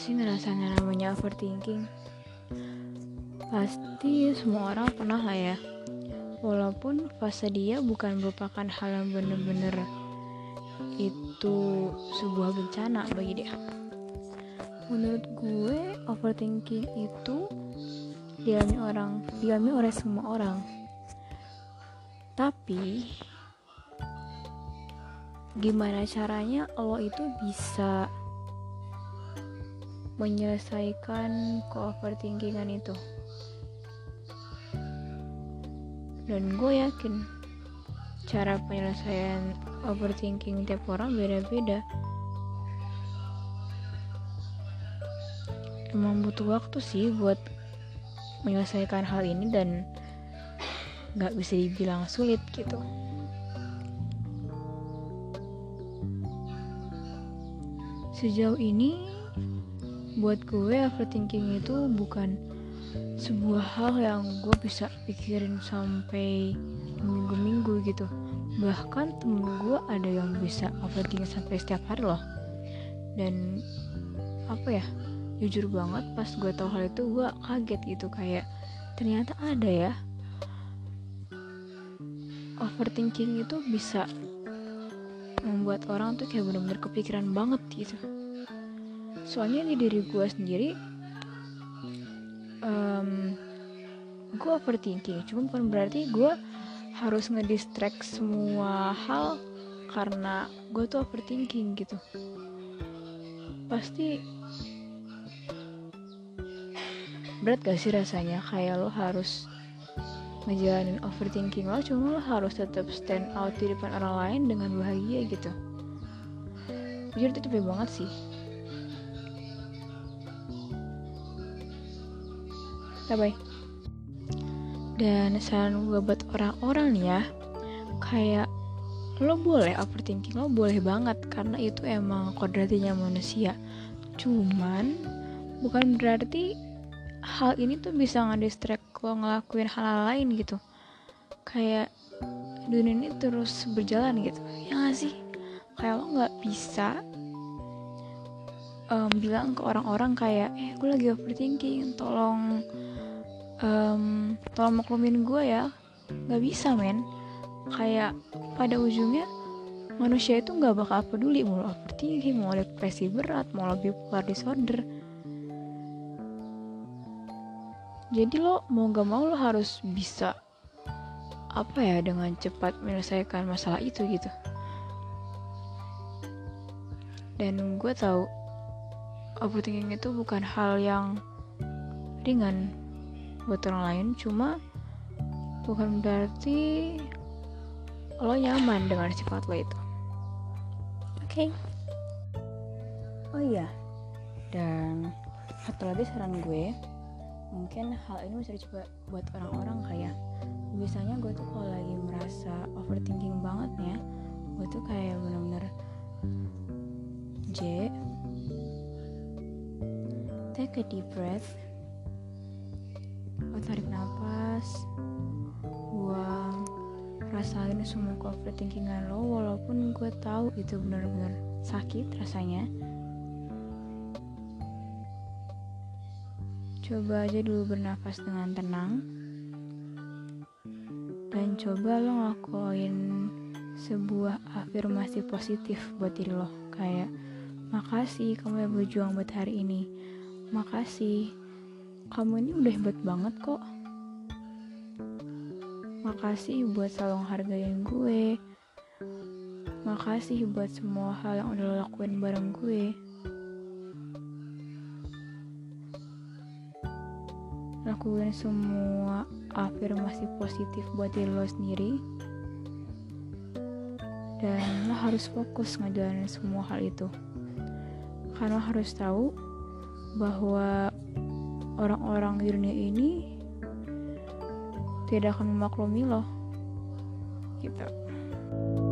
sih ngerasain yang namanya overthinking? Pasti semua orang pernah lah ya. Walaupun fase dia bukan merupakan hal yang bener-bener itu sebuah bencana bagi dia. Menurut gue, overthinking itu dialami oleh semua orang. Tapi gimana caranya lo itu bisa menyelesaikan overthinkingan itu? Dan gue yakin cara penyelesaian overthinking tiap orang beda-beda. Emang butuh waktu sih buat menyelesaikan hal ini dan gak bisa dibilang sulit gitu. Sejauh ini buat gue overthinking itu bukan sebuah hal yang gue bisa pikirin sampai minggu-minggu gitu. Bahkan temen gue ada yang bisa overthinking sampai setiap hari loh. Dan jujur banget pas gue tahu hal itu gue kaget gitu, kayak ternyata ada ya overthinking itu bisa membuat orang tuh kayak benar-benar kepikiran banget gitu. Soalnya di diri gue sendiri gue overthinking, cuma bukan berarti gue harus ngedistract semua hal karena gue tuh overthinking gitu. Pasti berat gak sih rasanya kayak lo harus ngejalanin overthinking lo, cuma lo harus tetap stand out di depan orang lain dengan bahagia gitu. Jujur itu capek banget sih. Bye. Dan saran gue buat orang-orang nih ya, kayak lo boleh overthinking, lo boleh banget karena itu emang kodratnya manusia. Cuman bukan berarti hal ini tuh bisa ngedistract lo ngelakuin hal lain gitu. Kayak dunia ini terus berjalan gitu, ya gak sih? Kayak lo gak bisa bilang ke orang-orang kayak gue lagi overthinking, tolong maklumin gue ya. Gak bisa men. Kayak pada ujungnya manusia itu gak bakal peduli mau lo overthinking, mau depresi berat, mau lo bipolar disorder. Jadi lo mau gak mau lo harus bisa dengan cepat menyelesaikan masalah itu gitu. Dan gue tahu overthinking itu bukan hal yang ringan buat orang lain, cuma bukan berarti lo nyaman dengan sifat lo itu. Oke. Oh iya, dan satu lagi saran gue, mungkin hal ini bisa dicoba buat orang-orang kayak biasanya gue tuh kalau lagi merasa overthinking banget ya, gue tuh kayak bener-bener take a deep breath, lo tarik nafas, buang, rasain semua overthinkingan lo, walaupun gue tahu itu benar-benar sakit rasanya. Coba aja dulu bernafas dengan tenang, dan coba lo ngelakuin sebuah afirmasi positif buat diri lo, kayak makasih kamu yang berjuang buat hari ini, makasih kamu ini udah hebat banget kok, makasih buat selalu hargain gue, makasih buat semua hal yang udah lo lakuin bareng gue. Lakuin semua afirmasi positif buat diri lo sendiri, dan lo harus fokus ngejalanin semua hal itu, karena lo harus tahu bahwa orang-orang di dunia ini tidak akan memaklumi lo gitu.